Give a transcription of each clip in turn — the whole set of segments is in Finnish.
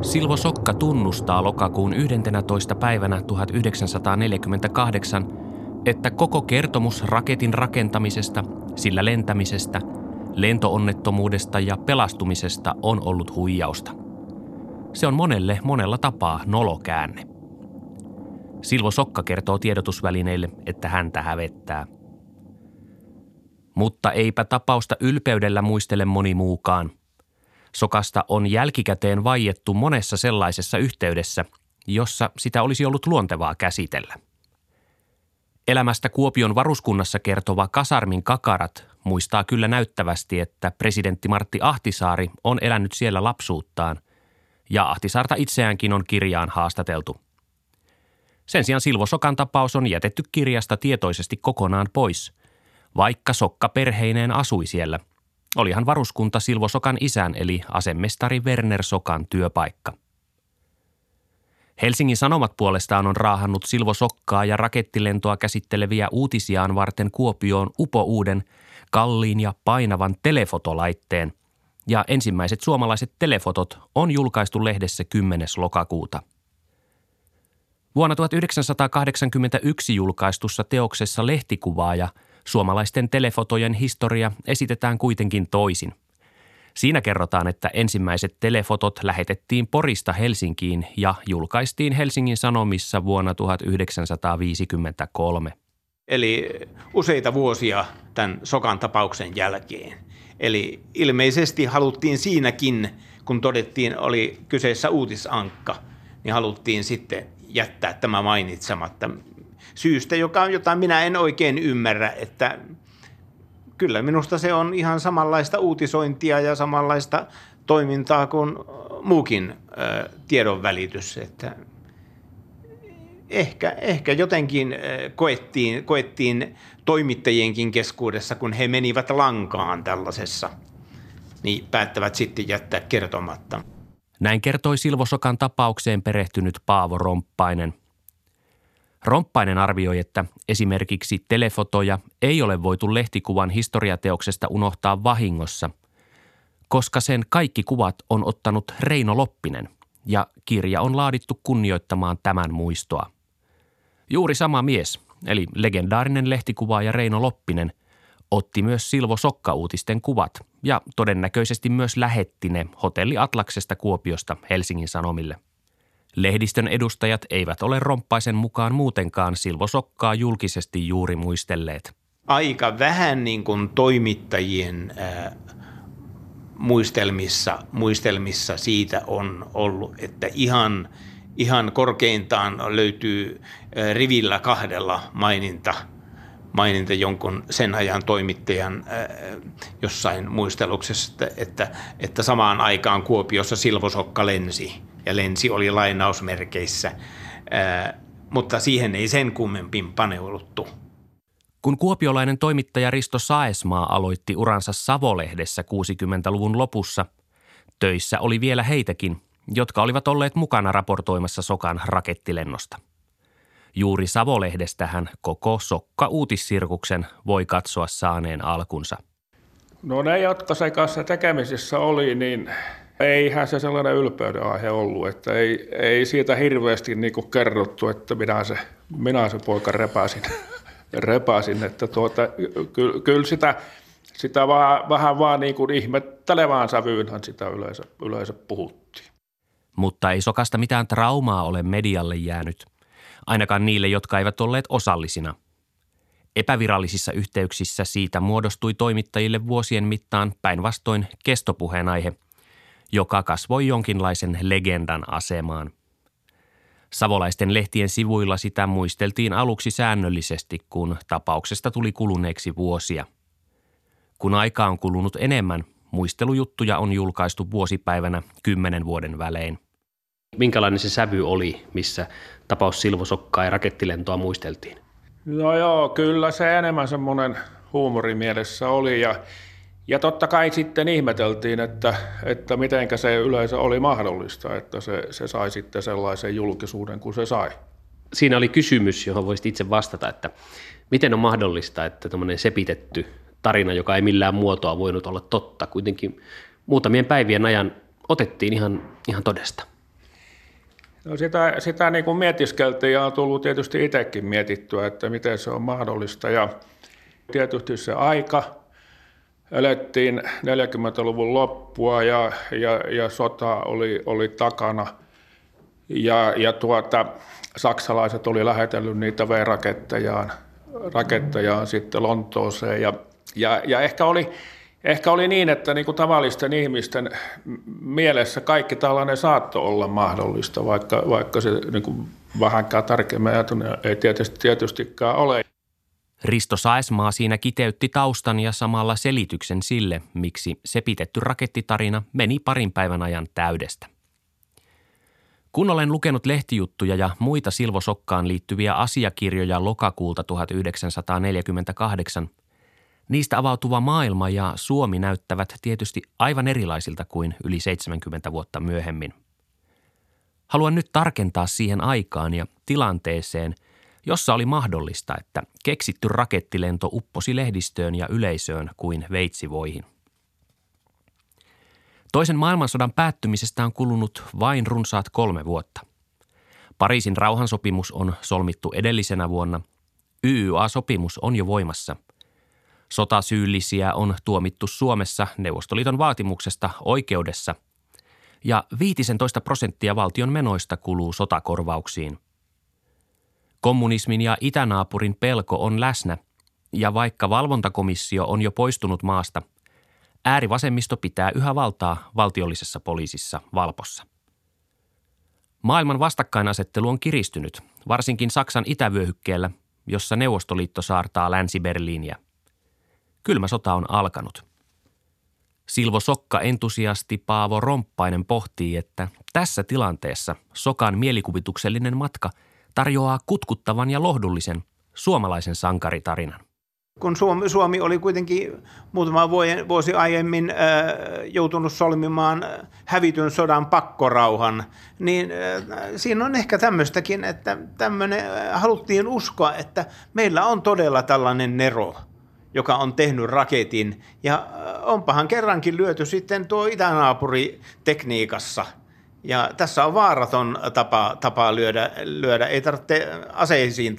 Silvo Sokka tunnustaa lokakuun 11. päivänä 1948, että koko kertomus raketin rakentamisesta, sillä lentämisestä, lentoonnettomuudesta ja pelastumisesta on ollut huijausta. Se on monelle monella tapaa nolokäänne. Silvo Sokka kertoo tiedotusvälineille, että häntä hävettää. Mutta eipä tapausta ylpeydellä muistele moni muukaan. Sokasta on jälkikäteen vaiettu monessa sellaisessa yhteydessä, jossa sitä olisi ollut luontevaa käsitellä. Elämästä Kuopion varuskunnassa kertova Kasarmin kakarat muistaa kyllä näyttävästi, että presidentti Martti Ahtisaari on elänyt siellä lapsuuttaan, ja Ahtisaarta itseäänkin on kirjaan haastateltu. Sen sijaan Silvo Sokan tapaus on jätetty kirjasta tietoisesti kokonaan pois, vaikka Sokka perheineen asui siellä. Olihan varuskunta Silvo Sokan isän eli asemestari Werner Sokan työpaikka. Helsingin Sanomat puolestaan on raahannut Silvo Sokkaa ja rakettilentoa käsitteleviä uutisiaan varten Kuopioon upouuden, kalliin ja painavan telefotolaitteen, ja ensimmäiset suomalaiset telefotot on julkaistu lehdessä 10. lokakuuta. Vuonna 1981 julkaistussa teoksessa Lehtikuvaaja suomalaisten telefotojen historia esitetään kuitenkin toisin. Siinä kerrotaan, että ensimmäiset telefotot lähetettiin Porista Helsinkiin ja julkaistiin Helsingin Sanomissa vuonna 1953. Eli useita vuosia tämän Sokan tapauksen jälkeen. Eli ilmeisesti haluttiin siinäkin, kun todettiin, oli kyseessä uutisankka, niin haluttiin sitten jättää tämä mainitsematta syystä, jota minä en oikein ymmärrä, että kyllä minusta se on ihan samanlaista uutisointia ja samanlaista toimintaa kuin muukin tiedonvälitys, että ehkä jotenkin koettiin toimittajienkin keskuudessa, kun he menivät lankaan tällaisessa, niin päättävät sitten jättää kertomatta. Näin kertoi Silvo Sokan tapaukseen perehtynyt Paavo Romppainen. Romppainen arvioi, että esimerkiksi telefotoja ei ole voitu lehtikuvan historiateoksesta unohtaa vahingossa, koska sen kaikki kuvat on ottanut Reino Loppinen ja kirja on laadittu kunnioittamaan tämän muistoa. Juuri sama mies, eli legendaarinen lehtikuvaaja Reino Loppinen, otti myös Silvo Sokka-uutisten kuvat ja todennäköisesti myös lähetti ne Hotelli Atlaksesta Kuopiosta Helsingin Sanomille. Lehdistön edustajat eivät ole Romppaisen mukaan muutenkaan Silvo Sokkaa julkisesti juuri muistelleet. Aika vähän niin kuin toimittajien muistelmissa siitä on ollut, että ihan korkeintaan löytyy rivillä 2 maininta jonkun sen ajan toimittajan jossain muisteluksessa, että samaan aikaan Kuopiossa Silvo Sokka lensi. Ja lensi oli lainausmerkeissä, mutta siihen ei sen kummempin paneuduttu. Kun kuopiolainen toimittaja Risto Saesmaa aloitti uransa Savo-lehdessä 60-luvun lopussa, töissä oli vielä heitäkin, jotka olivat olleet mukana raportoimassa Sokan rakettilennosta. Juuri Savo-lehdestähän koko Sokka-uutissirkuksen voi katsoa saaneen alkunsa. No ne, jotka se kanssa tekemisissä oli, niin eihän se sellainen ylpeyden aihe ollut, että ei siitä hirveästi niinku kerrottu, että minä se poika repäsin että kyllä sitä vähän vaan niinku ihmettelevään sävyynhän sitä yleensä puhuttiin. Mutta ei Sokasta mitään traumaa ole medialle jäänyt, ainakaan niille, jotka eivät olleet osallisina. Epävirallisissa yhteyksissä siitä muodostui toimittajille vuosien mittaan päinvastoin kestopuheenaihe, joka kasvoi jonkinlaisen legendan asemaan. Savolaisten lehtien sivuilla sitä muisteltiin aluksi säännöllisesti, kun tapauksesta tuli kuluneeksi vuosia. Kun aika on kulunut enemmän, muistelujuttuja on julkaistu vuosipäivänä 10 vuoden välein. Minkälainen se sävy oli, missä tapaus Silvo Sokkaa ja rakettilentoa muisteltiin? No joo, kyllä se enemmän semmoinen huumorimielessä oli ja totta kai sitten ihmeteltiin, että mitenkä se yleensä oli mahdollista, että se sai sitten sellaisen julkisuuden kuin se sai. Siinä oli kysymys, johon voisit itse vastata, että miten on mahdollista, että tämmöinen sepitetty tarina, joka ei millään muotoa voinut olla totta, kuitenkin muutamien päivien ajan otettiin ihan todesta. No sitä niin kuin mietiskeltiin ja on tullut tietysti itsekin mietittyä, että miten se on mahdollista. Ja tietysti se aika, elettiin 40-luvun loppua ja sota oli takana. Ja saksalaiset oli lähetellyt niitä V-rakettejaan sitten Lontooseen. Ja ehkä oli niin, että niin kuin tavallisten ihmisten mielessä kaikki tällainen saattoi olla mahdollista, vaikka se niin kuin vähänkään tarkemmin ajatellen ei tietystikään ole. Risto Saesmaa siinä kiteytti taustan ja samalla selityksen sille, miksi sepitetty rakettitarina meni parin päivän ajan täydestä. Kun olen lukenut lehtijuttuja ja muita Silvo Sokkaan liittyviä asiakirjoja lokakuulta 1948, niistä avautuva maailma ja Suomi näyttävät tietysti aivan erilaisilta kuin yli 70 vuotta myöhemmin. Haluan nyt tarkentaa siihen aikaan ja tilanteeseen, jossa oli mahdollista, että keksitty rakettilento upposi lehdistöön ja yleisöön kuin veitsivoihin. Toisen maailmansodan päättymisestä on kulunut vain runsaat 3 vuotta. Pariisin rauhansopimus on solmittu edellisenä vuonna. YYA-sopimus on jo voimassa. Sotasyyllisiä on tuomittu Suomessa Neuvostoliiton vaatimuksesta oikeudessa. Ja 15% valtion menoista kuluu sotakorvauksiin. Kommunismin ja itänaapurin pelko on läsnä, ja vaikka valvontakomissio on jo poistunut maasta, äärivasemmisto pitää yhä valtaa valtiollisessa poliisissa Valpossa. Maailman vastakkainasettelu on kiristynyt, varsinkin Saksan itävyöhykkeellä, jossa Neuvostoliitto saartaa Länsi-Berliiniä. Kylmä sota on alkanut. Silvo Sokka-entusiasti Paavo Romppainen pohtii, että tässä tilanteessa Sokan mielikuvituksellinen matka tarjoaa kutkuttavan ja lohdullisen suomalaisen sankaritarinan. Kun Suomi oli kuitenkin muutama vuosi aiemmin joutunut solmimaan hävityn sodan pakkorauhan, niin siinä on ehkä tämmöistäkin, että haluttiin uskoa, että meillä on todella tällainen nero, joka on tehnyt raketin, ja onpahan kerrankin lyöty sitten tuo itänaapuritekniikassa. Ja tässä on vaaraton tapa lyödä, ei tarvitse aseisiin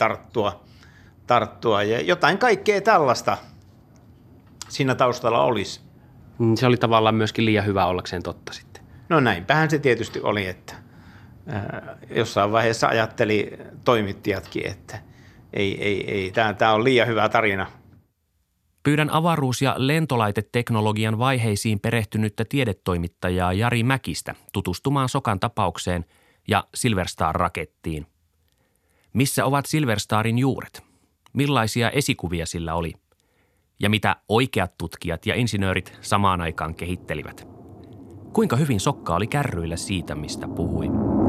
tarttua ja jotain kaikkea tällaista siinä taustalla olisi. Se oli tavallaan myöskin liian hyvä ollakseen totta sitten. No näinpähän se tietysti oli, että jossain vaiheessa ajatteli toimittajatkin, että ei tämä on liian hyvä tarina. Pyydän avaruus- ja lentolaiteteknologian vaiheisiin perehtynyttä tiedetoimittajaa Jari Mäkistä tutustumaan Sokan tapaukseen ja Silverstar-rakettiin. Missä ovat Silverstarin juuret? Millaisia esikuvia sillä oli? Ja mitä oikeat tutkijat ja insinöörit samaan aikaan kehittelivät? Kuinka hyvin Sokka oli kärryillä siitä, mistä puhui?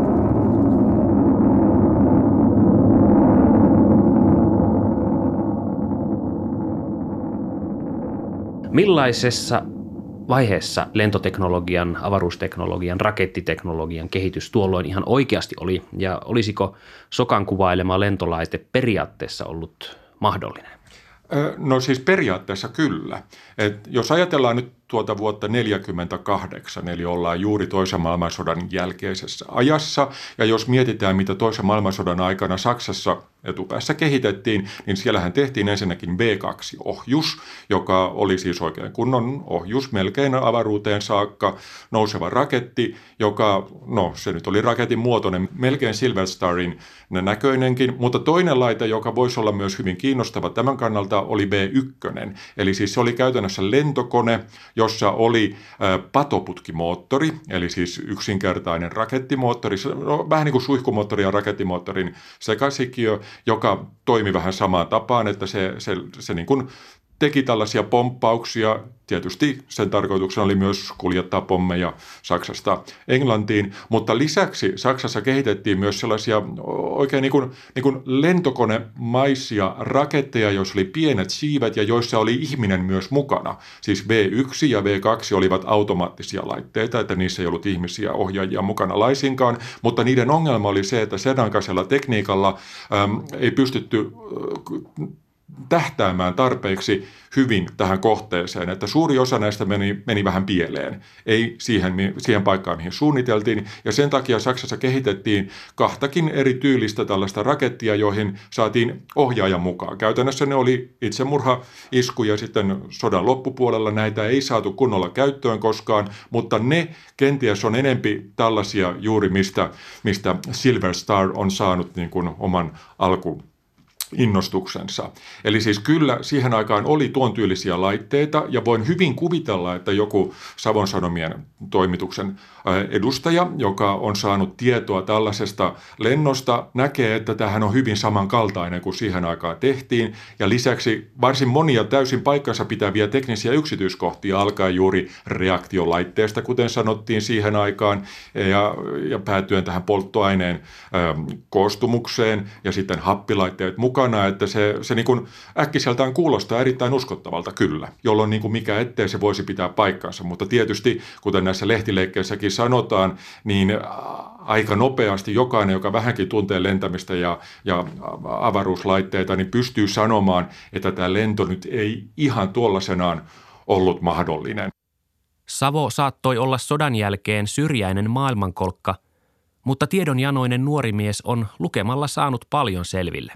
Millaisessa vaiheessa lentoteknologian, avaruusteknologian, rakettiteknologian kehitys tuolloin ihan oikeasti oli, ja olisiko Sokan kuvailema lentolaite periaatteessa ollut mahdollinen? No siis periaatteessa kyllä. Jos ajatellaan nyt tuota vuotta 1948, eli ollaan juuri toisen maailmansodan jälkeisessä ajassa, ja jos mietitään, mitä toisen maailmansodan aikana Saksassa etupäässä kehitettiin, niin siellähän tehtiin ensinnäkin V2-ohjus, joka oli siis oikein kunnon ohjus, melkein avaruuteen saakka nouseva raketti, joka, se nyt oli raketin muotoinen, melkein Silverstarin näköinenkin, mutta toinen laite, joka voisi olla myös hyvin kiinnostava tämän kannalta, oli V1, eli siis se oli käytännössä lentokone, jossa oli patoputkimoottori, eli siis yksinkertainen rakettimoottori, vähän niin kuin suihkumoottori ja rakettimoottorin sekasikiö, joka toimi vähän samaan tapaan, että se niin kuin teki tällaisia pomppauksia. Tietysti sen tarkoituksena oli myös kuljettaa pommeja Saksasta Englantiin, mutta lisäksi Saksassa kehitettiin myös sellaisia oikein niin kuin lentokonemaisia raketteja, joissa oli pienet siivet ja joissa oli ihminen myös mukana. Siis V1 ja V2 olivat automaattisia laitteita, että niissä ei ollut ihmisiä ohjaajia mukana laisinkaan, mutta niiden ongelma oli se, että sen aikaisella tekniikalla ei pystytty tähtäämään tarpeeksi hyvin tähän kohteeseen, että suuri osa näistä meni vähän pieleen, ei siihen paikkaan, mihin suunniteltiin, ja sen takia Saksassa kehitettiin 2 eri tyylistä tällaista rakettia, joihin saatiin ohjaajan mukaan. Käytännössä ne oli itsemurhaiskuja, sitten sodan loppupuolella näitä ei saatu kunnolla käyttöön koskaan, mutta ne kenties on enempi tällaisia juuri, mistä Silver Star on saanut niin kuin oman innostuksensa. Eli siis kyllä siihen aikaan oli tuon tyylisiä laitteita ja voin hyvin kuvitella, että joku Savon Sanomien toimituksen edustaja, joka on saanut tietoa tällaisesta lennosta, näkee, että tämähän on hyvin samankaltainen kuin siihen aikaan tehtiin ja lisäksi varsin monia täysin paikkansa pitäviä teknisiä yksityiskohtia alkaen juuri reaktiolaitteesta, kuten sanottiin siihen aikaan ja päätyen tähän polttoaineen koostumukseen ja sitten happilaitteet mukana, että se niin kuin äkkiseltään kuulostaa erittäin uskottavalta kyllä, jolloin niin kuin mikä ettei se voisi pitää paikkansa, mutta tietysti, kuten näissä lehtileikkeissäkin sanotaan, niin aika nopeasti jokainen, joka vähänkin tuntee lentämistä ja avaruuslaitteita, niin pystyy sanomaan, että tämä lento nyt ei ihan tuollaisenaan ollut mahdollinen. Savo saattoi olla sodan jälkeen syrjäinen maailmankolkka, mutta tiedonjanoinen nuori mies on lukemalla saanut paljon selville.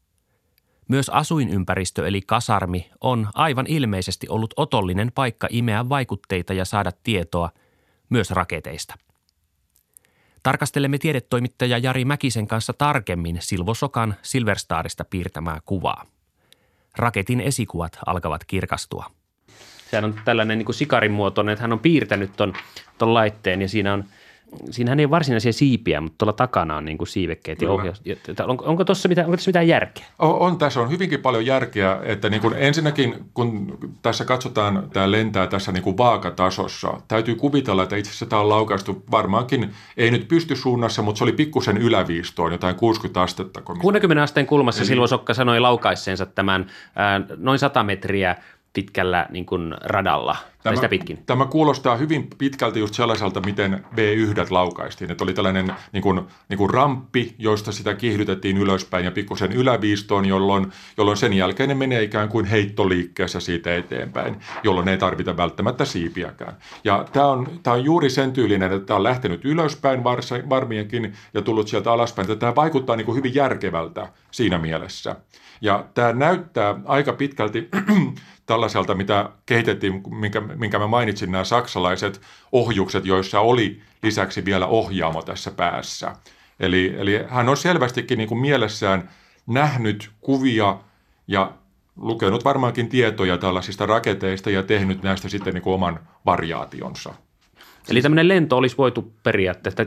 Myös asuinympäristö eli kasarmi on aivan ilmeisesti ollut otollinen paikka imeä vaikutteita ja saada tietoa myös raketeista. Tarkastelemme tiedetoimittaja Jari Mäkisen kanssa tarkemmin Silvo Sokan Silver Starista piirtämää kuvaa. Raketin esikuvat alkavat kirkastua. Sehän on tällainen niin kuin sikarin muotoinen, että hän on piirtänyt ton laitteen ja siinähän ei ole varsinaisia siipiä, mutta tuolla takana on niin kuin siivekkeet ja ohjaus. Onko tässä mitään järkeä? Tässä on hyvinkin paljon järkeä, että niin kuin ensinnäkin kun tässä katsotaan, tämä lentää tässä niin kuin vaakatasossa, täytyy kuvitella, että itse asiassa tämä on laukaistu varmaankin, ei nyt pystysuunnassa, mutta se oli pikkusen yläviistoon, jotain 60 astetta. 60 asteen kulmassa Silvo Sokka sanoi laukaisseensa tämän noin 100 metriä pitkällä niin kuin radalla, tai sitä pitkin. Tämä kuulostaa hyvin pitkälti just sellaiselta, miten V1 laukaistiin. Että oli tällainen niin kuin ramppi, josta sitä kiihdytettiin ylöspäin ja pikkusen yläviistoon, jolloin sen jälkeen ne menee ikään kuin heittoliikkeessä siitä eteenpäin, jolloin ei tarvita välttämättä siipiäkään. Ja tämä on juuri sen tyylinen, että tämä on lähtenyt ylöspäin varmienkin ja tullut sieltä alaspäin. Tämä vaikuttaa niin kuin hyvin järkevältä siinä mielessä. Ja tämä näyttää aika pitkälti tällaiselta, mitä kehitettiin, minkä mä mainitsin, nämä saksalaiset ohjukset, joissa oli lisäksi vielä ohjaamo tässä päässä. Eli hän on selvästikin niin kuin mielessään nähnyt kuvia ja lukenut varmaankin tietoja tällaisista raketeista ja tehnyt näistä sitten niin kuin oman variaationsa. Eli tämmöinen lento olisi voitu periaatteessa?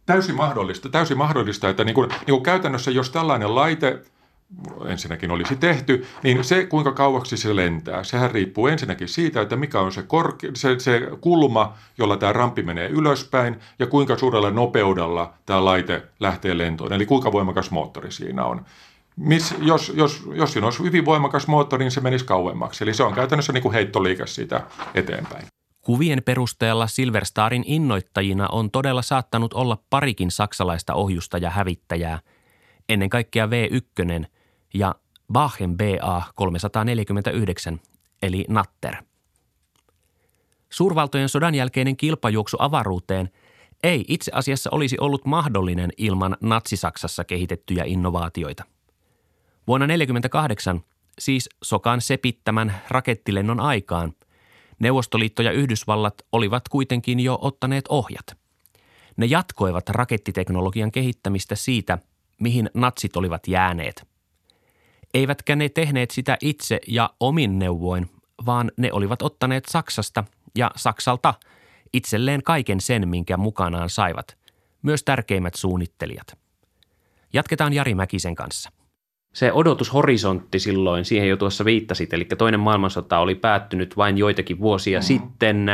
Täysin mahdollista, että niin kuin käytännössä jos tällainen laite ensinnäkin olisi tehty, niin se kuinka kauaksi se lentää, sehän riippuu ensinnäkin siitä, että mikä on se kulma, jolla tämä ramppi menee ylöspäin ja kuinka suurella nopeudella tämä laite lähtee lentoon, eli kuinka voimakas moottori siinä on. Jos siinä olisi hyvin voimakas moottori, niin se menisi kauemmaksi, eli se on käytännössä niin kuin heittoliike siitä eteenpäin. Kuvien perusteella Silver Starin innoittajina on todella saattanut olla parikin saksalaista ohjusta ja hävittäjää, ennen kaikkea V1 ja Bachen BA-349 eli Natter. Suurvaltojen sodan jälkeinen kilpajuoksu avaruuteen ei itse asiassa olisi ollut mahdollinen ilman Natsi-Saksassa kehitettyjä innovaatioita. Vuonna 1948, siis Sokan sepittämän rakettilennon aikaan, Neuvostoliitto ja Yhdysvallat olivat kuitenkin jo ottaneet ohjat. Ne jatkoivat rakettiteknologian kehittämistä siitä, mihin natsit olivat jääneet. Eivätkä ne tehneet sitä itse ja omin neuvoin, vaan ne olivat ottaneet Saksasta ja Saksalta itselleen kaiken sen, minkä mukanaan saivat, myös tärkeimmät suunnittelijat. Jatketaan Jari Mäkisen kanssa. Se odotushorisontti silloin, siihen jo tuossa viittasit, eli toinen maailmansota oli päättynyt vain joitakin vuosia sitten.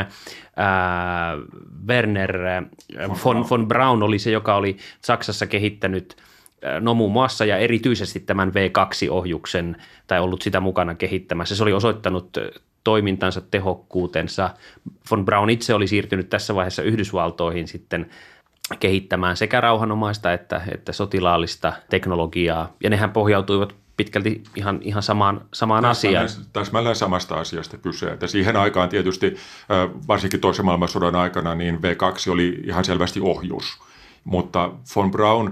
Werner von Braun oli se, joka oli Saksassa kehittänyt muun muassa ja erityisesti tämän V2-ohjuksen tai ollut sitä mukana kehittämässä. Se oli osoittanut toimintansa, tehokkuutensa. Von Braun itse oli siirtynyt tässä vaiheessa Yhdysvaltoihin sitten kehittämään sekä rauhanomaista että sotilaallista teknologiaa. Ja nehän pohjautuivat pitkälti ihan samaan asiaan. Täsmälleen samasta asiasta kyse. Että siihen aikaan tietysti, varsinkin toisen maailmansodan aikana, niin V2 oli ihan selvästi ohjus. Mutta von Braun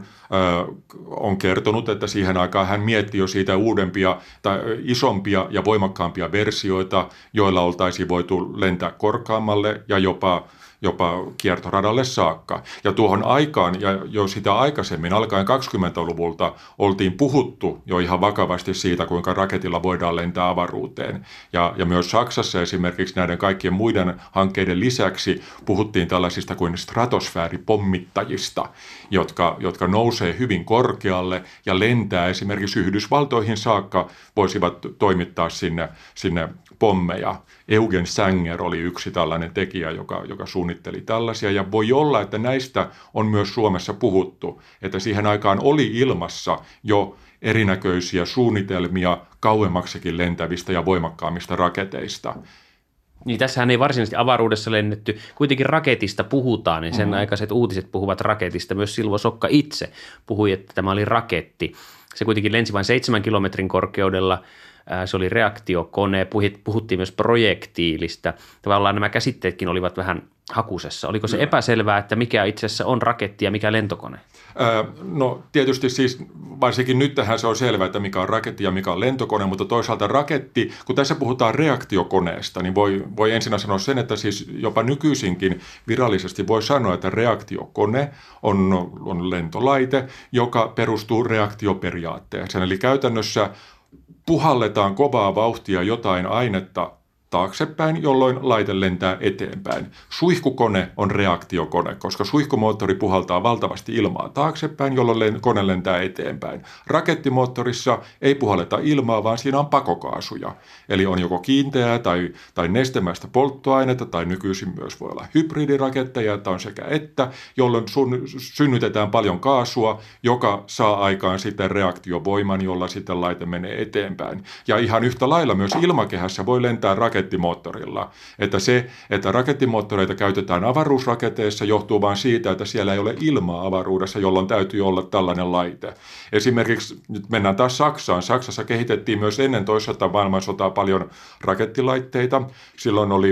on kertonut, että siihen aikaan hän mietti jo siitä uudempia tai isompia ja voimakkaampia versioita, joilla oltaisiin voitu lentää korkeammalle ja jopa kiertoradalle saakka. Ja tuohon aikaan ja jo sitä aikaisemmin, alkaen 20-luvulta, oltiin puhuttu jo ihan vakavasti siitä, kuinka raketilla voidaan lentää avaruuteen. Ja myös Saksassa esimerkiksi näiden kaikkien muiden hankkeiden lisäksi puhuttiin tällaisista kuin stratosfääripommittajista, jotka nousee hyvin korkealle ja lentää esimerkiksi Yhdysvaltoihin saakka, voisivat toimittaa sinne pommeja. Eugen Sanger oli yksi tällainen tekijä, joka suunnitteli tällaisia, ja voi olla, että näistä on myös Suomessa puhuttu, että siihen aikaan oli ilmassa jo erinäköisiä suunnitelmia kauemmaksikin lentävistä ja voimakkaammista raketeista. Niin tässähän ei varsinaisesti avaruudessa lennetty, kuitenkin raketista puhutaan, niin sen aikaiset uutiset puhuvat raketista. Myös Silvo Sokka itse puhui, että tämä oli raketti. Se kuitenkin lensi vain 7 kilometrin korkeudella. Se oli reaktiokone, puhuttiin myös projektiilistä. Tavallaan nämä käsitteetkin olivat vähän hakusessa. Oliko se epäselvää, että mikä itse asiassa on raketti ja mikä lentokone? No tietysti siis varsinkin nyt tähän se on selvää, että mikä on raketti ja mikä on lentokone, mutta toisaalta raketti, kun tässä puhutaan reaktiokoneesta, niin voi ensin sanoa sen, että siis jopa nykyisinkin virallisesti voi sanoa, että reaktiokone on lentolaite, joka perustuu reaktioperiaatteeseen. Eli käytännössä puhalletaan kovaa vauhtia jotain ainetta taaksepäin, jolloin laite lentää eteenpäin. Suihkukone on reaktiokone, koska suihkumoottori puhaltaa valtavasti ilmaa taaksepäin, jolloin kone lentää eteenpäin. Rakettimoottorissa ei puhalleta ilmaa, vaan siinä on pakokaasuja. Eli on joko kiinteää tai nestemäistä polttoainetta, tai nykyisin myös voi olla hybridiraketteja, että on sekä että, jolloin synnytetään paljon kaasua, joka saa aikaan sitten reaktiovoiman, jolla sitten laite menee eteenpäin. Ja ihan yhtä lailla myös ilmakehässä voi lentää rakettimoottorilla. Että se, että rakettimoottoreita käytetään avaruusraketeissa, johtuu vain siitä, että siellä ei ole ilmaa avaruudessa, jolloin täytyy olla tällainen laite. Esimerkiksi, nyt mennään taas Saksaan. Saksassa kehitettiin myös ennen toista maailmansotaa paljon rakettilaitteita. Silloin oli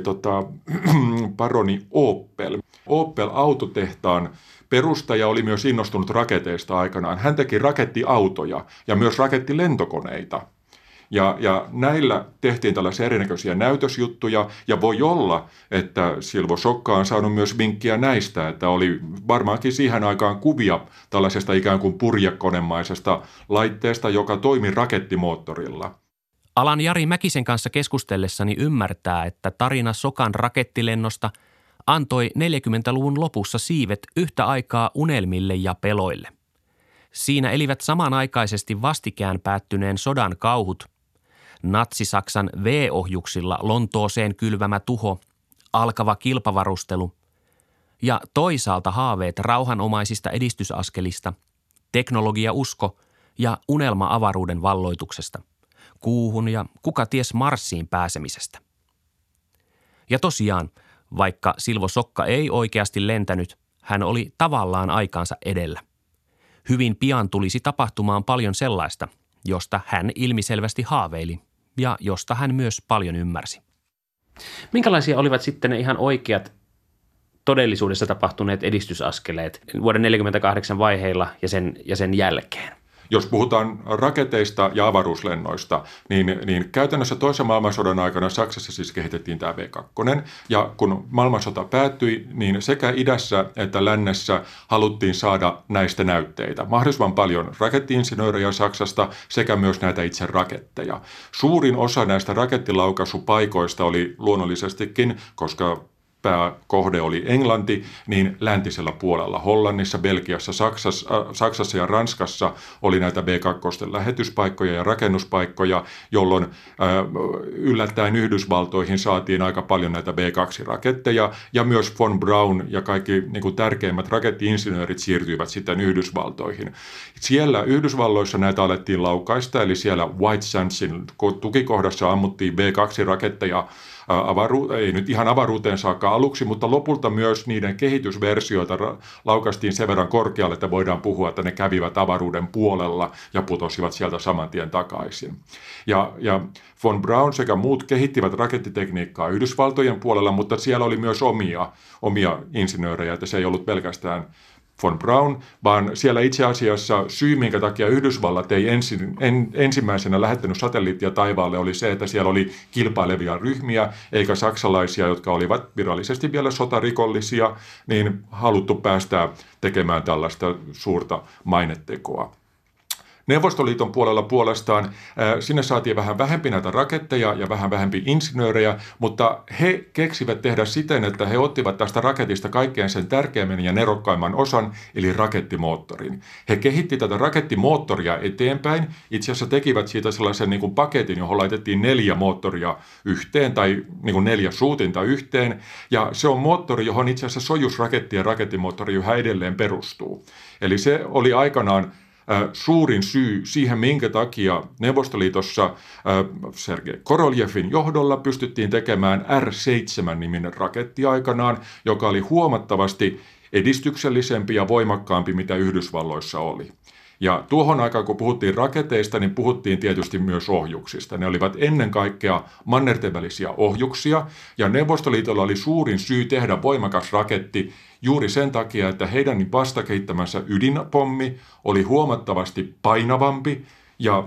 baroni Opel. Opel-autotehtaan perustaja oli myös innostunut raketeista aikanaan. Hän teki rakettiautoja ja myös rakettilentokoneita. Ja näillä tehtiin tällaisia erinäköisiä näytösjuttuja, ja voi olla, että Silvo Sokka on saanut myös vinkkiä näistä, että oli varmaankin siihen aikaan kuvia tällaisesta ikään kuin purjekonemaisesta laitteesta, joka toimi rakettimoottorilla. Alan Jari Mäkisen kanssa keskustellessani ymmärtää, että tarina Sokan rakettilennosta antoi 40-luvun lopussa siivet yhtä aikaa unelmille ja peloille. Siinä elivät samanaikaisesti vastikään päättyneen sodan kauhut, Natsi-Saksan V-ohjuksilla Lontooseen kylvämä tuho, alkava kilpavarustelu ja toisaalta haaveet rauhanomaisista edistysaskelista, teknologiausko ja unelma avaruuden valloituksesta, kuuhun ja kuka ties Marsiin pääsemisestä. Ja tosiaan, vaikka Silvo Sokka ei oikeasti lentänyt, hän oli tavallaan aikaansa edellä. Hyvin pian tulisi tapahtumaan paljon sellaista, josta hän ilmiselvästi haaveili ja josta hän myös paljon ymmärsi. Minkälaisia olivat sitten ne ihan oikeat todellisuudessa tapahtuneet edistysaskeleet vuoden 1948 vaiheilla ja sen jälkeen? Jos puhutaan raketeista ja avaruuslennoista, niin käytännössä toisen maailmansodan aikana Saksassa siis kehitettiin tämä V2. Ja kun maailmansota päättyi, niin sekä idässä että lännessä haluttiin saada näistä näytteitä. Mahdollisimman paljon rakettiinsinöörejä Saksasta sekä myös näitä itse raketteja. Suurin osa näistä rakettilaukaisupaikoista oli luonnollisestikin, koska pääkohde oli Englanti, niin läntisellä puolella Hollannissa, Belgiassa, Saksassa ja Ranskassa oli näitä B2 lähetyspaikkoja ja rakennuspaikkoja, jolloin yllättäen Yhdysvaltoihin saatiin aika paljon näitä B2-raketteja, ja myös von Braun ja kaikki niin kuin tärkeimmät rakettiinsinöörit siirtyivät sitten Yhdysvaltoihin. Siellä Yhdysvalloissa näitä alettiin laukaista, eli siellä White Sandsin tukikohdassa ammuttiin B2-raketteja ei nyt ihan avaruuteen saakka aluksi, mutta lopulta myös niiden kehitysversioita laukaistiin sen verran korkealle, että voidaan puhua, että ne kävivät avaruuden puolella ja putosivat sieltä saman tien takaisin. Ja von Braun sekä muut kehittivät rakettitekniikkaa Yhdysvaltojen puolella, mutta siellä oli myös omia insinöörejä, että se ei ollut pelkästään von Braun, vaan siellä itse asiassa syy, minkä takia Yhdysvallat ei ensimmäisenä lähettänyt satelliittia taivaalle, oli se, että siellä oli kilpailevia ryhmiä, eikä saksalaisia, jotka olivat virallisesti vielä sotarikollisia, niin haluttu päästää tekemään tällaista suurta mainetekoa. Neuvostoliiton puolella puolestaan sinne saatiin vähän vähempi näitä raketteja ja vähän vähempi insinöörejä, mutta he keksivät tehdä siten, että he ottivat tästä raketista kaikkein sen tärkeimmän ja nerokkaimman osan, eli rakettimoottorin. He kehitti tätä rakettimoottoria eteenpäin, itse asiassa tekivät siitä sellaisen niin kuin paketin, johon laitettiin 4 moottoria yhteen tai niin kuin 4 suutinta yhteen, ja se on moottori, johon itse asiassa Sojuz-raketti ja rakettimoottori yhä edelleen perustuu. Eli se oli aikanaan suurin syy siihen, minkä takia Neuvostoliitossa Sergei Koroljevin johdolla pystyttiin tekemään R-7-niminen raketti aikanaan, joka oli huomattavasti edistyksellisempi ja voimakkaampi, mitä Yhdysvalloissa oli. Ja tuohon aikaan, kun puhuttiin raketeista, niin puhuttiin tietysti myös ohjuksista. Ne olivat ennen kaikkea mannerten välisiä ohjuksia, ja Neuvostoliitolla oli suurin syy tehdä voimakas raketti juuri sen takia, että heidän vastakehittämänsä ydinpommi oli huomattavasti painavampi ja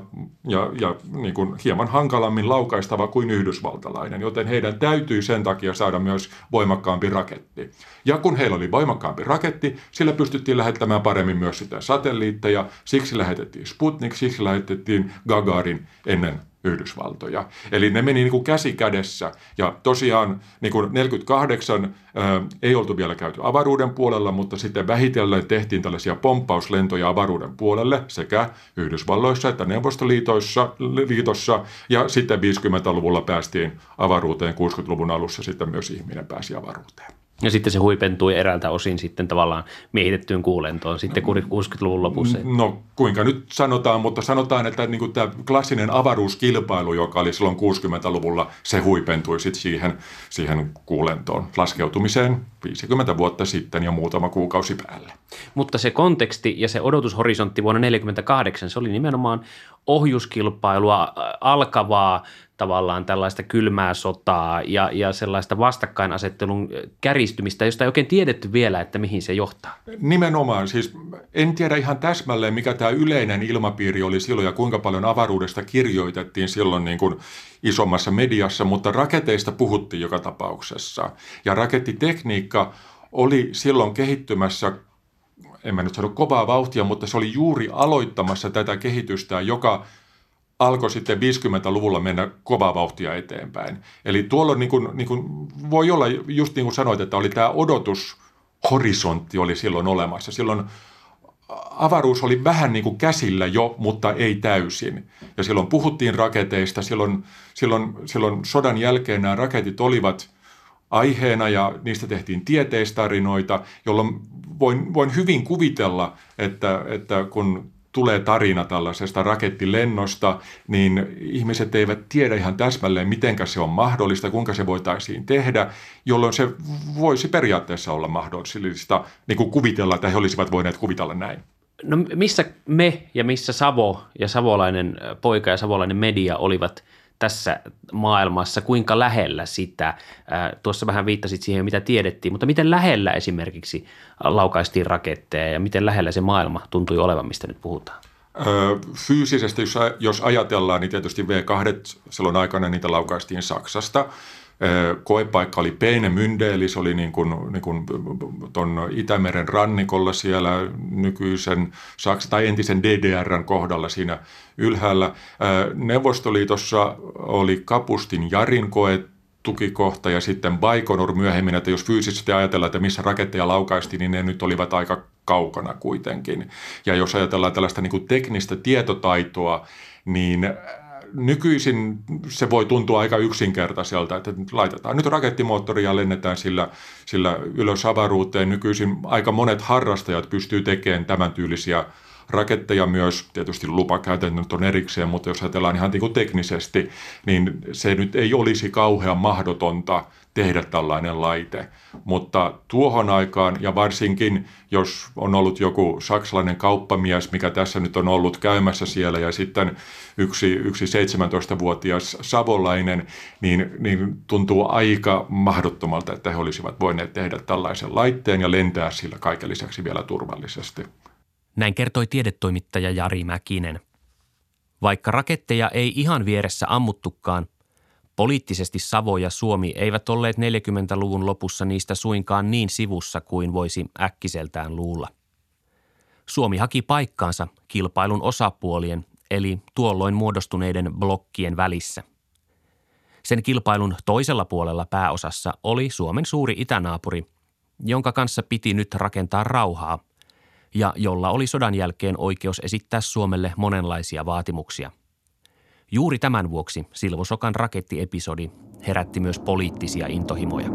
niin kuin hieman hankalammin laukaistava kuin yhdysvaltalainen, joten heidän täytyi sen takia saada myös voimakkaampi raketti. Ja kun heillä oli voimakkaampi raketti, sillä pystyttiin lähettämään paremmin myös sitä satelliitteja, siksi lähetettiin Sputnik, siksi lähetettiin Gagarin ennen Yhdysvaltoja. Eli ne meni niin kuin käsi kädessä. Ja tosiaan niin kuin 1948 ei oltu vielä käyty avaruuden puolella, mutta sitten vähitellen tehtiin tällaisia pomppauslentoja avaruuden puolelle sekä Yhdysvalloissa että Neuvostoliitossa. Ja sitten 50-luvulla päästiin avaruuteen, 60-luvun alussa sitten myös ihminen pääsi avaruuteen. Ja sitten se huipentui eräältä osin sitten tavallaan miehitettyyn kuulentoon sitten 60-luvun lopussa. No kuinka nyt sanotaan, mutta sanotaan, että niin kuin tämä klassinen avaruuskilpailu, joka oli silloin 60-luvulla, se huipentui sitten siihen kuulentoon laskeutumiseen 50 vuotta sitten ja muutama kuukausi päälle. Mutta se konteksti ja se odotushorisontti vuonna 1948, se oli nimenomaan ohjuskilpailua, alkavaa tavallaan tällaista kylmää sotaa ja sellaista vastakkainasettelun käristymistä, josta ei oikein tiedetty vielä, että mihin se johtaa. Nimenomaan, siis en tiedä ihan täsmälleen, mikä tämä yleinen ilmapiiri oli silloin ja kuinka paljon avaruudesta kirjoitettiin silloin niin kuin isommassa mediassa, mutta raketeista puhuttiin joka tapauksessa. Ja rakettitekniikka oli silloin kehittymässä, en mä nyt sano kovaa vauhtia, mutta se oli juuri aloittamassa tätä kehitystä, joka alkoi sitten 50-luvulla mennä kovaa vauhtia eteenpäin. Eli tuolla niin kuin voi olla, just niin kuin sanoit, että oli tämä odotushorisontti oli silloin olemassa. Silloin avaruus oli vähän niin kuin käsillä jo, mutta ei täysin. Ja silloin puhuttiin raketeista, silloin sodan jälkeen nämä raketit olivat aiheena ja niistä tehtiin tieteistarinoita, jolloin voin hyvin kuvitella, että kun tulee tarina tällaisesta rakettilennosta, niin ihmiset eivät tiedä ihan täsmälleen, mitenkä se on mahdollista, kuinka se voitaisiin tehdä, jolloin se voisi periaatteessa olla mahdollista niin kuin kuvitella, että he olisivat voineet kuvitella näin. No missä me ja missä Savo ja savolainen poika ja savolainen media olivat tässä maailmassa, kuinka lähellä sitä? Tuossa vähän viittasit siihen, mitä tiedettiin, mutta miten lähellä esimerkiksi laukaistiin raketteja ja miten lähellä se maailma tuntui olevan, mistä nyt puhutaan? Fyysisesti, jos ajatellaan, niin tietysti V2 silloin aikana niitä laukaistiin Saksasta. Koepaikka oli Peenemünde, eli se oli niin kuin ton Itämeren rannikolla siellä nykyisen Saksan tai entisen DDR:n kohdalla siinä ylhäällä. Neuvostoliitossa oli Kapustin Jarin koetukikohta ja sitten Baikonur myöhemmin, että jos fyysisesti ajatellaan, että missä raketteja laukaistiin, niin ne nyt olivat aika kaukana kuitenkin. Ja jos ajatellaan tällaista niin kuin teknistä tietotaitoa, niin nykyisin se voi tuntua aika yksinkertaiselta, että laitetaan nyt rakettimoottori ja lennetään sillä ylös avaruuteen. Nykyisin aika monet harrastajat pystyy tekemään tämän tyylisiä raketteja myös, tietysti lupakäytännöt on erikseen, mutta jos ajatellaan ihan niin kuin teknisesti, niin se nyt ei olisi kauhean mahdotonta tehdä tällainen laite. Mutta tuohon aikaan, ja varsinkin jos on ollut joku saksalainen kauppamies, mikä tässä nyt on ollut käymässä siellä, ja sitten yksi 17-vuotias savolainen, niin tuntuu aika mahdottomalta, että he olisivat voineet tehdä tällaisen laitteen ja lentää sillä kaiken lisäksi vielä turvallisesti. Näin kertoi tiedetoimittaja Jari Mäkinen. Vaikka raketteja ei ihan vieressä ammuttukaan, poliittisesti Savo ja Suomi eivät olleet 40-luvun lopussa niistä suinkaan niin sivussa kuin voisi äkkiseltään luulla. Suomi haki paikkaansa kilpailun osapuolien eli tuolloin muodostuneiden blokkien välissä. Sen kilpailun toisella puolella pääosassa oli Suomen suuri itänaapuri, jonka kanssa piti nyt rakentaa rauhaa ja jolla oli sodan jälkeen oikeus esittää Suomelle monenlaisia vaatimuksia. Juuri tämän vuoksi Silvo Sokan rakettiepisodi herätti myös poliittisia intohimoja.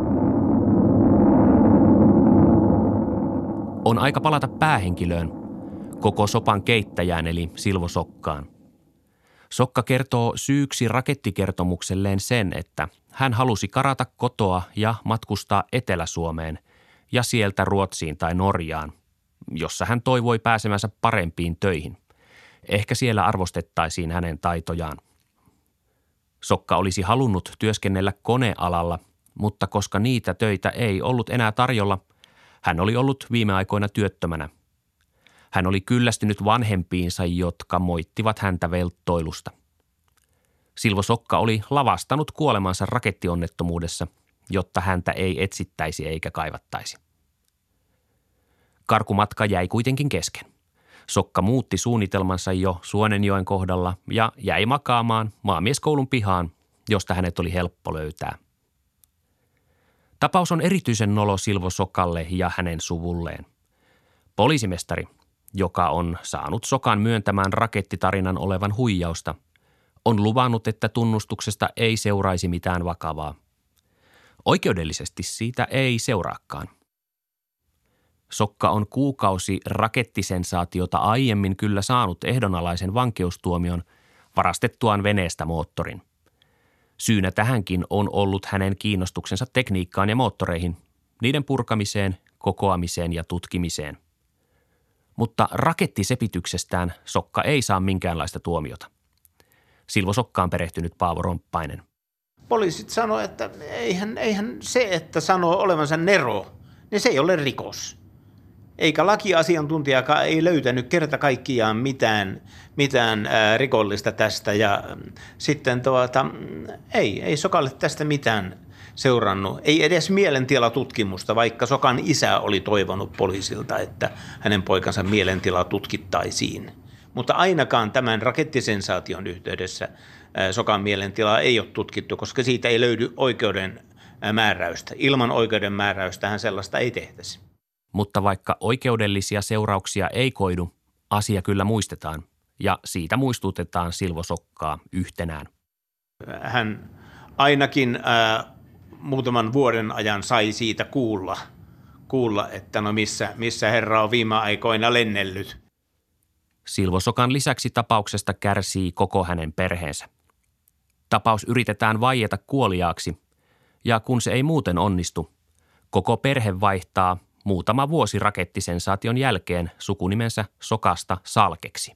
On aika palata päähenkilöön, koko sopan keittäjään eli Silvo Sokkaan. Sokka kertoo syyksi rakettikertomukselleen sen, että hän halusi karata kotoa ja matkustaa Etelä-Suomeen ja sieltä Ruotsiin tai Norjaan, jossa hän toivoi pääsemänsä parempiin töihin. Ehkä siellä arvostettaisiin hänen taitojaan. Sokka olisi halunnut työskennellä konealalla, mutta koska niitä töitä ei ollut enää tarjolla, hän oli ollut viime aikoina työttömänä. Hän oli kyllästynyt vanhempiinsa, jotka moittivat häntä velttoilusta. Silvo Sokka oli lavastanut kuolemansa rakettionnettomuudessa, jotta häntä ei etsittäisi eikä kaivattaisi. Karkumatka jäi kuitenkin kesken. Sokka muutti suunnitelmansa jo Suonenjoen kohdalla ja jäi makaamaan maamieskoulun pihaan, josta hänet oli helppo löytää. Tapaus on erityisen nolo Silvo Sokalle ja hänen suvulleen. Poliisimestari, joka on saanut Sokan myöntämään rakettitarinan olevan huijausta, on luvannut, että tunnustuksesta ei seuraisi mitään vakavaa. Oikeudellisesti siitä ei seuraakaan. Sokka on kuukausi rakettisensaatiota aiemmin kyllä saanut ehdonalaisen vankeustuomion varastettuaan veneestä moottorin. Syynä tähänkin on ollut hänen kiinnostuksensa tekniikkaan ja moottoreihin, niiden purkamiseen, kokoamiseen ja tutkimiseen. Mutta rakettisepityksestään Sokka ei saa minkäänlaista tuomiota. Silvo Sokkaan perehtynyt Paavo Romppainen. Poliisit sanoo, että eihän se, että sanoo olevansa nero, niin se ei ole rikos. Eikä lakiasiantuntijakaan ei löytänyt kerta kaikkiaan mitään rikollista tästä ja sitten ei Sokalle tästä mitään seurannut. Ei edes mielentilatutkimusta, vaikka Sokan isä oli toivonut poliisilta, että hänen poikansa mielentila tutkittaisiin. Mutta ainakaan tämän rakettisensaation yhteydessä Sokan mielentilaa ei ole tutkittu, koska siitä ei löydy oikeuden määräystä. Ilman oikeuden määräystä hän sellaista ei tehtäisi. Mutta vaikka oikeudellisia seurauksia ei koidu, asia kyllä muistetaan ja siitä muistutetaan Silvo Sokkaa yhtenään. Hän ainakin muutaman vuoden ajan sai siitä kuulla että no missä herra on viime aikoina lennellyt. Silvo Sokan lisäksi tapauksesta kärsii koko hänen perheensä. Tapaus yritetään vaieta kuoliaaksi ja kun se ei muuten onnistu, koko perhe vaihtaa muutama vuosi rakettisensaation jälkeen sukunimensä Sokasta Salkeksi.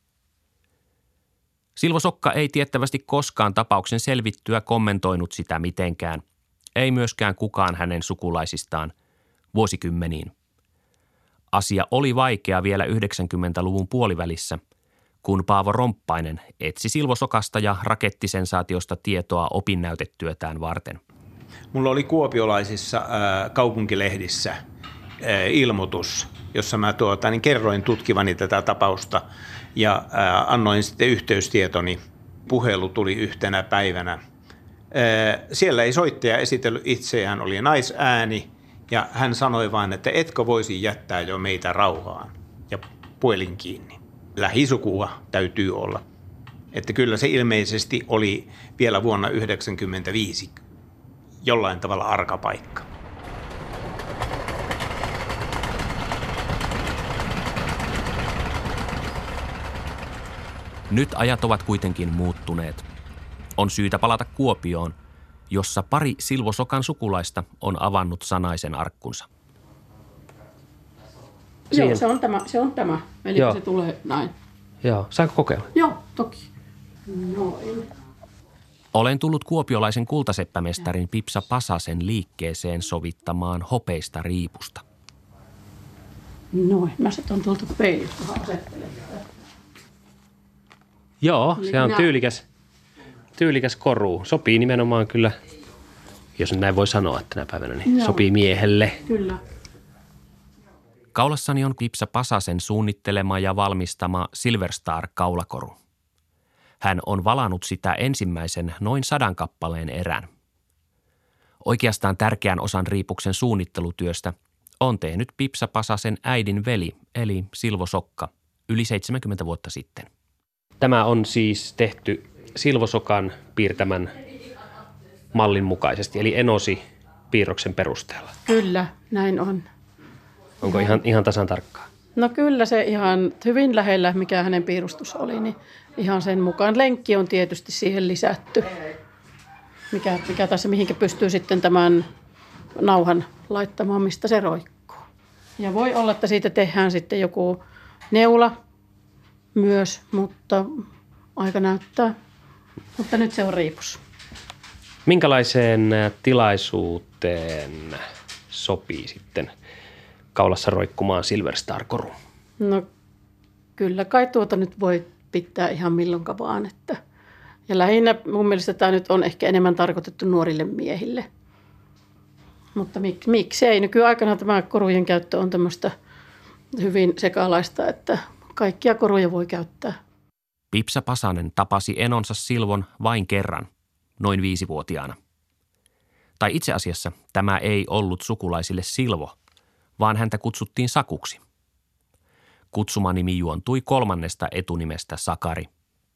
Silvo Sokka ei tiettävästi koskaan tapauksen selvittyä kommentoinut sitä mitenkään, ei myöskään kukaan hänen sukulaisistaan vuosikymmeniin. Asia oli vaikea vielä 90-luvun puolivälissä, kun Paavo Romppainen etsi Silvo Sokasta ja rakettisensaatiosta tietoa opinnäytetyötään varten. Mulla oli kuopiolaisissa kaupunkilehdissä ilmoitus, jossa mä kerroin tutkivani tätä tapausta ja annoin sitten yhteystietoni. Puhelu tuli yhtenä päivänä. Siellä ei soittaja esitellyt itseään, oli naisääni ja hän sanoi vain, että etkö voisi jättää jo meitä rauhaan ja puhelin kiinni. Lähisukua täytyy olla. Että kyllä se ilmeisesti oli vielä vuonna 1995 jollain tavalla arka paikka. Nyt ajat ovat kuitenkin muuttuneet. On syytä palata Kuopioon, jossa pari Silvo Sokan sukulaista on avannut sanaisen arkkunsa. Joo, se on tämä. Eli se tulee näin. Joo, saanko kokeilla? Joo, toki. Noin. Olen tullut kuopiolaisen kultaseppämestarin Pipsa Pasasen liikkeeseen sovittamaan hopeista riipusta. Noin, mä saton tuolta peilistä asettelemaan. Joo, se on tyylikäs koru. Sopii nimenomaan kyllä, jos nyt näin voi sanoa tänä päivänä, niin sopii miehelle. Kyllä. Kaulassani on Pipsa Pasasen suunnittelema ja valmistama Silverstar-kaulakoru. Hän on valannut sitä ensimmäisen noin 100 kappaleen erän. Oikeastaan tärkeän osan riipuksen suunnittelutyöstä on tehnyt Pipsa Pasasen äidin veli, eli Silvo Sokka, yli 70 vuotta sitten. Tämä on siis tehty Silvo Sokan piirtämän mallin mukaisesti, eli enosi piirroksen perusteella. Kyllä, näin on. Onko ihan tasan tarkkaa? No kyllä se ihan hyvin lähellä, mikä hänen piirustus oli, niin ihan sen mukaan. Lenkki on tietysti siihen lisätty, mikä tässä mihinkä pystyy sitten tämän nauhan laittamaan, mistä se roikkuu. Ja voi olla, että siitä tehdään sitten joku neula myös, mutta aika näyttää. Mutta nyt se on riipus. Minkälaiseen tilaisuuteen sopii sitten kaulassa roikkumaan Silverstar-koru? No kyllä kai tuota nyt voi pitää ihan milloinka vaan. Ja lähinnä mun mielestä tämä nyt on ehkä enemmän tarkoitettu nuorille miehille. Mutta miksei? Nykyaikana tämä korujen käyttö on tämmöistä hyvin sekalaista, että kaikkia koruja voi käyttää. Pipsa Pasanen tapasi enonsa Silvon vain kerran, noin 5-vuotiaana. Tai itse asiassa tämä ei ollut sukulaisille Silvo, vaan häntä kutsuttiin Sakuksi. Kutsumanimi juontui 3. etunimestä Sakari.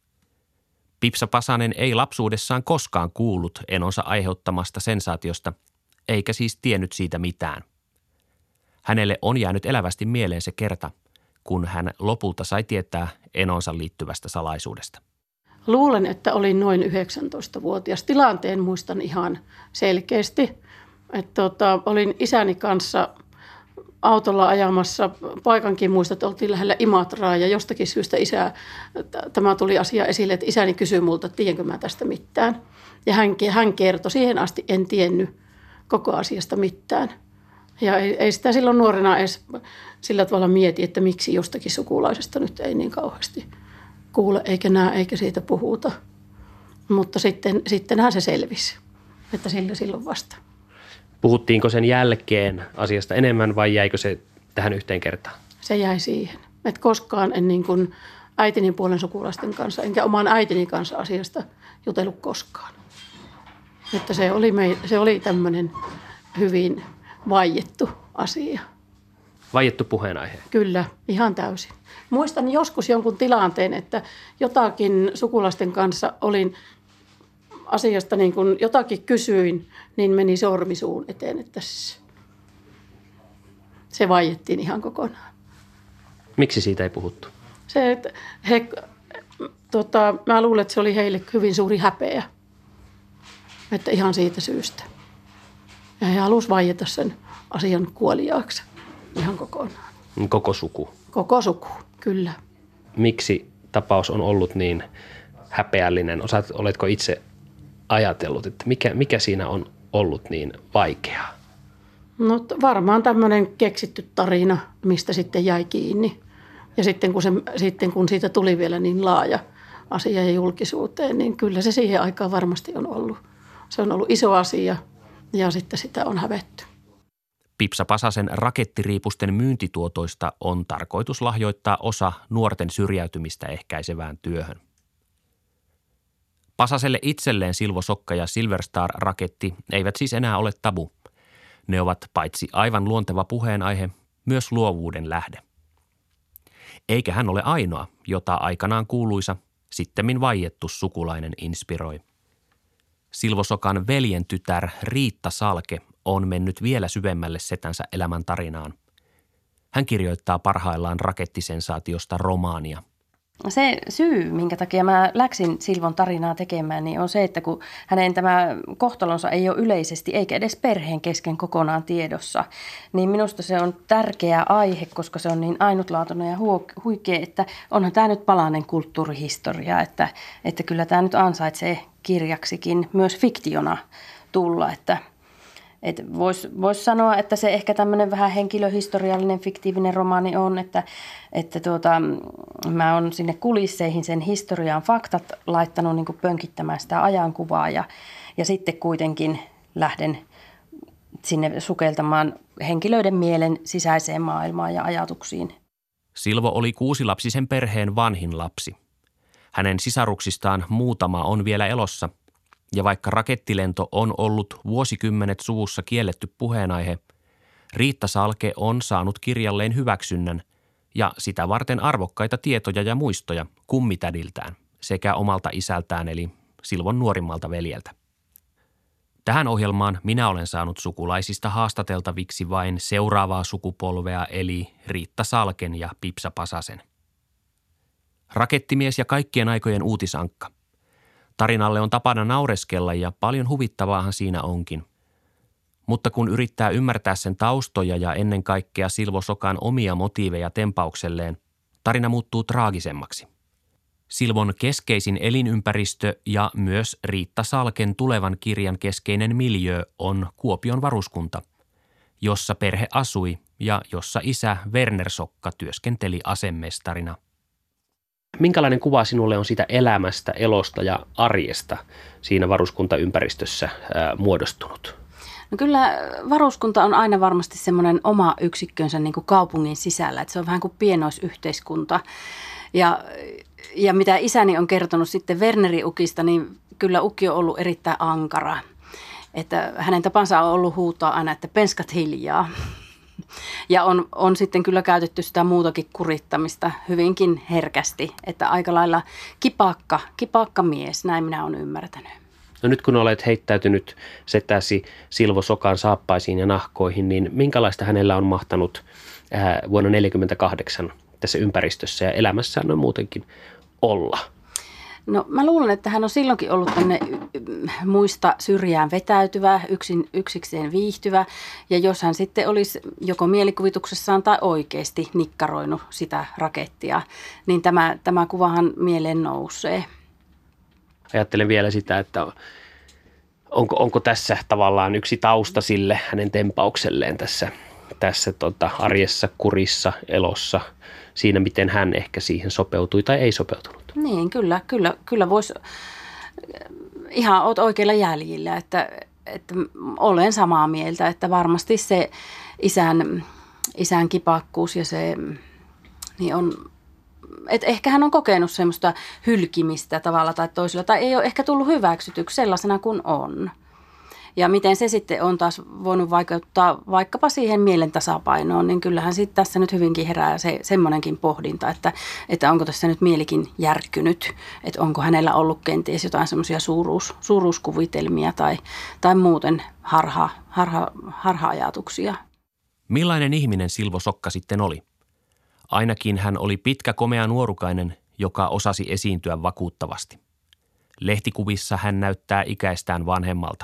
Pipsa Pasanen ei lapsuudessaan koskaan kuullut enonsa aiheuttamasta sensaatiosta, eikä siis tiennyt siitä mitään. Hänelle on jäänyt elävästi mieleen se kerta, kun hän lopulta sai tietää enonsa liittyvästä salaisuudesta. Luulen, että olin noin 19-vuotias. Tilanteen muistan ihan selkeästi. Olin isäni kanssa autolla ajamassa. Paikankin muistat, oltiin lähellä Imatraa ja jostakin syystä tämä tuli asia esille, että isäni kysyi multa, että tiedänkö mä tästä mitään. Ja hän kertoi, siihen asti en tiennyt koko asiasta mitään. Ja ei sitä silloin nuorena edes sillä tavalla mieti, että miksi jostakin sukulaisesta nyt ei niin kauheasti kuule eikä näe eikä siitä puhuta. Mutta sittenhän se selvisi, että silloin vasta. Puhuttiinko sen jälkeen asiasta enemmän vai jäikö se tähän yhteen kertaan? Se jäi siihen. Että koskaan en niin kuin äitini puolen sukulaisten kanssa, enkä oman äitini kanssa asiasta jutellut koskaan. Että se oli tämmöinen hyvin vaiettu asia. Vaiettu puheenaihe? Kyllä, ihan täysin. Muistan joskus jonkun tilanteen, että jotakin sukulaisten kanssa olin asiasta niin kuin jotakin kysyin, niin meni sormi suun eteen, että se vaiettiin ihan kokonaan. Miksi siitä ei puhuttu? Mä luulen, että se oli heille hyvin suuri häpeä. Että ihan siitä syystä. Ja he halusivat vaieta sen asian kuoliaaksi ihan kokonaan. Koko suku? Koko suku, kyllä. Miksi tapaus on ollut niin häpeällinen? Oletko itse ajatellut, että mikä siinä on ollut niin vaikeaa? No varmaan tämmöinen keksitty tarina, mistä sitten jäi kiinni. Ja sitten kun siitä tuli vielä niin laaja asia ja julkisuuteen, niin kyllä se siihen aikaan varmasti on ollut. Se on ollut iso asia ja sitten sitä on hävetty. Pipsa Pasasen rakettiriipusten myyntituotoista on tarkoitus lahjoittaa osa nuorten syrjäytymistä ehkäisevään työhön. Pasaselle itselleen Silvo Sokka ja Silverstar-raketti eivät siis enää ole tabu. Ne ovat paitsi aivan luonteva puheenaihe, myös luovuuden lähde. Eikä hän ole ainoa, jota aikanaan kuuluisa, sittemmin vaiettu sukulainen inspiroi. Silvo Sokan veljen tytär Riitta Salke on mennyt vielä syvemmälle setänsä elämän tarinaan. Hän kirjoittaa parhaillaan rakettisensaatiosta romaania. Se syy, minkä takia mä läksin Silvon tarinaa tekemään, niin on se, että kun hänen tämä kohtalonsa ei ole yleisesti eikä edes perheen kesken kokonaan tiedossa, niin minusta se on tärkeä aihe, koska se on niin ainutlaatuinen ja huikea, että onhan tämä nyt palanen kulttuurihistoria, että kyllä tämä nyt ansaitsee kirjaksikin myös fiktiona tulla, että voisi sanoa, että se ehkä tämmöinen vähän henkilöhistoriallinen fiktiivinen romaani on, että mä oon sinne kulisseihin sen historian faktat laittanut niin kuin pönkittämään sitä ajankuvaa ja sitten kuitenkin lähden sinne sukeltamaan henkilöiden mielen sisäiseen maailmaan ja ajatuksiin. Silvo oli 6-lapsisen perheen vanhin lapsi. Hänen sisaruksistaan muutama on vielä elossa. Ja vaikka rakettilento on ollut vuosikymmenet suvussa kielletty puheenaihe, Riitta Salke on saanut kirjalleen hyväksynnän ja sitä varten arvokkaita tietoja ja muistoja kummitädiltään sekä omalta isältään eli Silvon nuorimmalta veljeltä. Tähän ohjelmaan minä olen saanut sukulaisista haastateltaviksi vain seuraavaa sukupolvea eli Riitta Salken ja Pipsa Pasasen. Rakettimies ja kaikkien aikojen uutisankka. Tarinalle on tapana naureskella ja paljon huvittavaahan siinä onkin. Mutta kun yrittää ymmärtää sen taustoja ja ennen kaikkea Silvo Sokan omia motiiveja tempaukselleen, tarina muuttuu traagisemmaksi. Silvon keskeisin elinympäristö ja myös Riitta Salken tulevan kirjan keskeinen miljöö on Kuopion varuskunta, jossa perhe asui ja jossa isä Werner Sokka työskenteli asemestarina. Minkälainen kuva sinulle on siitä elämästä, elosta ja arjesta siinä varuskuntaympäristössä muodostunut? No kyllä varuskunta on aina varmasti semmoinen oma yksikkönsä niin kuin kaupungin sisällä, että se on vähän kuin pienoisyhteiskunta. Ja mitä isäni on kertonut sitten Wernerin ukista, niin kyllä ukki on ollut erittäin ankara. Että hänen tapansa on ollut huutaa aina, että penskat hiljaa. Ja on sitten kyllä käytetty sitä muutakin kurittamista hyvinkin herkästi, että aika lailla kipakka mies, näin minä olen ymmärtänyt. No nyt kun olet heittäytynyt setäsi Silvo Sokan saappaisiin ja nahkoihin, niin minkälaista hänellä on mahtanut vuonna 1948 tässä ympäristössä ja elämässään on muutenkin olla? No mä luulen, että hän on silloinkin ollut tämmöinen muista syrjään vetäytyvä, yksikseen viihtyvä. Ja jos hän sitten olisi joko mielikuvituksessaan tai oikeasti nikkaroinut sitä rakettia, niin tämä kuvahan mieleen nousee. Ajattelen vielä sitä, että onko tässä tavallaan yksi tausta sille hänen tempaukselleen tässä arjessa, kurissa, elossa, siinä miten hän ehkä siihen sopeutui tai ei sopeutunut. Niin, kyllä voisi, ihan olet oikeilla jäljillä, että olen samaa mieltä, että varmasti se isän kipakkuus ja se, niin on, että ehkä hän on kokenut semmoista hylkimistä tavalla tai toisella, tai ei ole ehkä tullut hyväksytyksi sellaisena kuin on. Ja miten se sitten on taas voinut vaikuttaa vaikkapa siihen mielen tasapainoon, niin kyllähän sitten tässä nyt hyvinkin herää semmoinenkin pohdinta, että onko tässä nyt mielikin järkkynyt, että onko hänellä ollut kenties jotain semmoisia suuruuskuvitelmia tai muuten harha-ajatuksia. Millainen ihminen Silvo Sokka sitten oli? Ainakin hän oli pitkä komea nuorukainen, joka osasi esiintyä vakuuttavasti. Lehtikuvissa hän näyttää ikäistään vanhemmalta.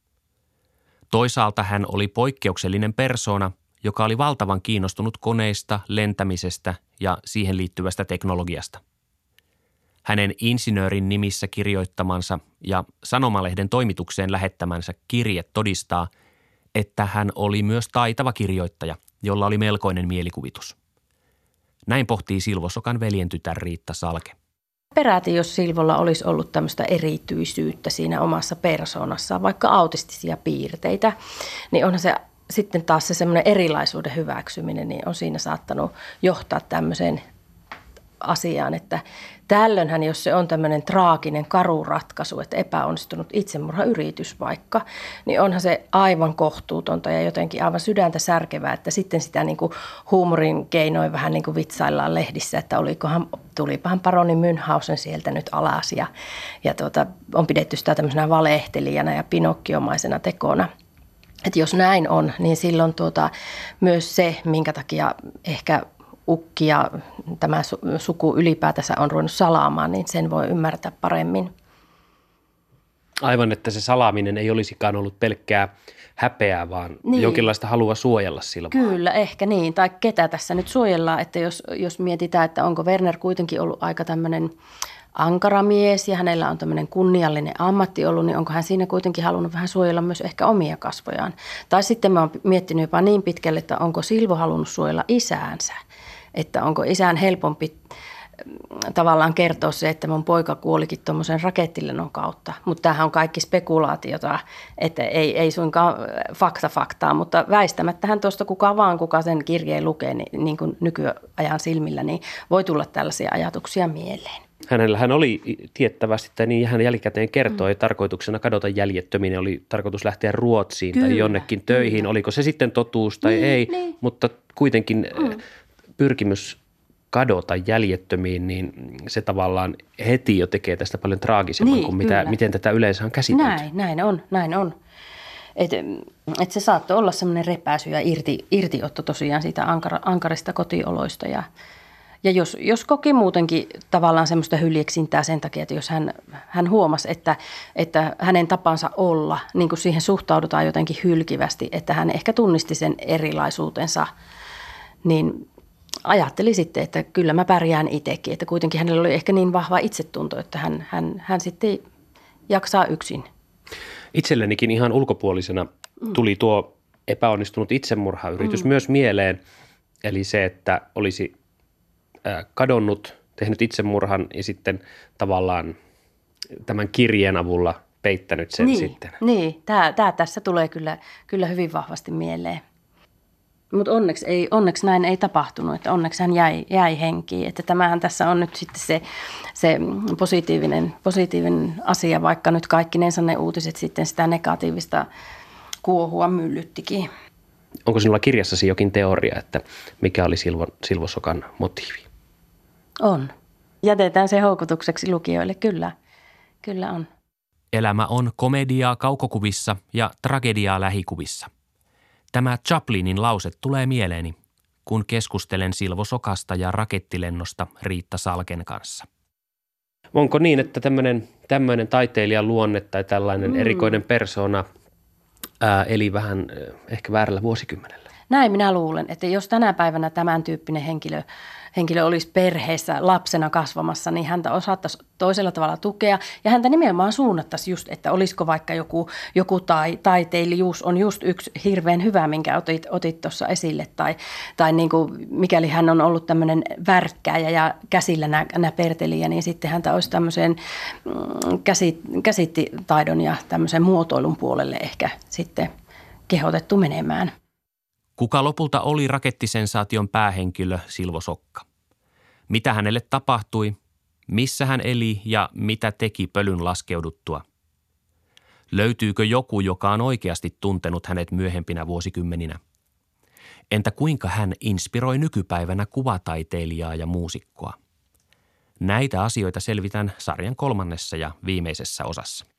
Toisaalta hän oli poikkeuksellinen persoona, joka oli valtavan kiinnostunut koneista, lentämisestä ja siihen liittyvästä teknologiasta. Hänen insinöörin nimissä kirjoittamansa ja sanomalehden toimitukseen lähettämänsä kirje todistaa, että hän oli myös taitava kirjoittaja, jolla oli melkoinen mielikuvitus. Näin pohtii Silvo Sokan veljentytär Riitta Salke. Peräti, jos Silvolla olisi ollut tämmöistä erityisyyttä siinä omassa persoonassaan, vaikka autistisia piirteitä, niin onhan se sitten taas se semmoinen erilaisuuden hyväksyminen, niin on siinä saattanut johtaa tämmöiseen asiaan, että tällöinhän, jos se on tämmöinen traaginen karu ratkaisu, että epäonnistunut itsemurhayritys vaikka, niin onhan se aivan kohtuutonta ja jotenkin aivan sydäntä särkevää, että sitten sitä niin kuin huumorin keinoin vähän niin kuin vitsaillaan lehdissä, että tulipahan paroni Münchhausen sieltä nyt alas ja on pidetty sitä tämmöisenä valehtelijana ja pinokkiomaisena tekona. Että jos näin on, niin silloin myös se, minkä takia ehkä ukki ja tämä suku ylipäätänsä on ruvennut salaamaan, niin sen voi ymmärtää paremmin. Aivan, että se salaaminen ei olisikaan ollut pelkkää häpeää, vaan jonkinlaista halua suojella Silvoa. Kyllä, ehkä niin. Tai ketä tässä nyt suojellaan, että jos mietitään, että onko Werner kuitenkin ollut aika tämmöinen ankara mies ja hänellä on tämmöinen kunniallinen ammatti ollut, niin onko hän siinä kuitenkin halunnut vähän suojella myös ehkä omia kasvojaan. Tai sitten mä oon miettinyt jopa niin pitkälle, että onko Silvo halunnut suojella isäänsä. Että onko isän helpompi tavallaan kertoa se, että mun poika kuolikin tuommoisen rakettilennon kautta. Mutta tämähän on kaikki spekulaatiota, että ei suinkaan faktaa, mutta väistämättähän tuosta kuka sen kirjeen lukee niin kuin nykyajan silmillä, niin voi tulla tällaisia ajatuksia mieleen. Hänellähän oli tiettävästi, tai niin hän jälkikäteen kertoi, tarkoituksena kadota jäljettöminen oli tarkoitus lähteä Ruotsiin tai jonnekin töihin. Kyllä. Oliko se sitten totuus tai ei, mutta kuitenkin pyrkimys kadota jäljettömiin, niin se tavallaan heti jo tekee tästä paljon traagisemman kuin miten tätä yleensä on käsitelty. Näin on. Et se saattoi olla semmoinen repäisy ja irtiotto tosiaan siitä ankarista kotioloista ja jos koki muutenkin tavallaan semmoista hyljeksintää sen takia, että jos hän huomasi, että hänen tapansa olla, niin kuin siihen suhtaudutaan jotenkin hylkivästi, että hän ehkä tunnisti sen erilaisuutensa, niin ajatteli sitten, että kyllä mä pärjään itsekin, että kuitenkin hänellä oli ehkä niin vahva itsetunto, että hän sitten jaksaa yksin. Itsellenikin ihan ulkopuolisena tuli tuo epäonnistunut itsemurhayritys myös mieleen, eli se, että olisi kadonnut, tehnyt itsemurhan ja sitten tavallaan tämän kirjeen avulla peittänyt sen sitten. Niin, tämä tässä tulee kyllä hyvin vahvasti mieleen. Mutta onneksi näin ei tapahtunut, että onneksi hän jäi henkiin. Että tämähän tässä on nyt sitten se positiivinen asia, vaikka nyt kaikkinensa ne uutiset sitten sitä negatiivista kuohua myllyttikin. Onko sinulla kirjassasi jokin teoria, että mikä oli Silvo Sokan motiivi? On. Jätetään se houkutukseksi lukijoille, kyllä on. Elämä on komediaa kaukokuvissa ja tragediaa lähikuvissa. Tämä Chaplinin lause tulee mieleeni, kun keskustelen Silvo Sokasta ja rakettilennosta Riitta Salken kanssa. Onko niin, että tämmöinen taiteilijan luonne tai tällainen erikoinen persona eli vähän ehkä väärällä vuosikymmenellä? Näin minä luulen, että jos tänä päivänä tämän tyyppinen henkilö olisi perheessä lapsena kasvamassa, niin häntä osattaisiin toisella tavalla tukea ja häntä nimenomaan suunnattaisiin just, että olisiko vaikka joku taiteilijuus on just yksi hirveän hyvä, minkä otit tuossa esille tai niin kuin, mikäli hän on ollut tämmöinen värkkääjä ja käsillä näpertelijä, niin sitten häntä olisi tämmöiseen käsittitaidon ja tämmöisen muotoilun puolelle ehkä sitten kehotettu menemään. Kuka lopulta oli rakettisensaation päähenkilö Silvo Sokka? Mitä hänelle tapahtui, missä hän eli ja mitä teki pölyn laskeuduttua? Löytyykö joku, joka on oikeasti tuntenut hänet myöhempinä vuosikymmeninä? Entä kuinka hän inspiroi nykypäivänä kuvataiteilijaa ja muusikkoa? Näitä asioita selvitän sarjan 3. ja viimeisessä osassa.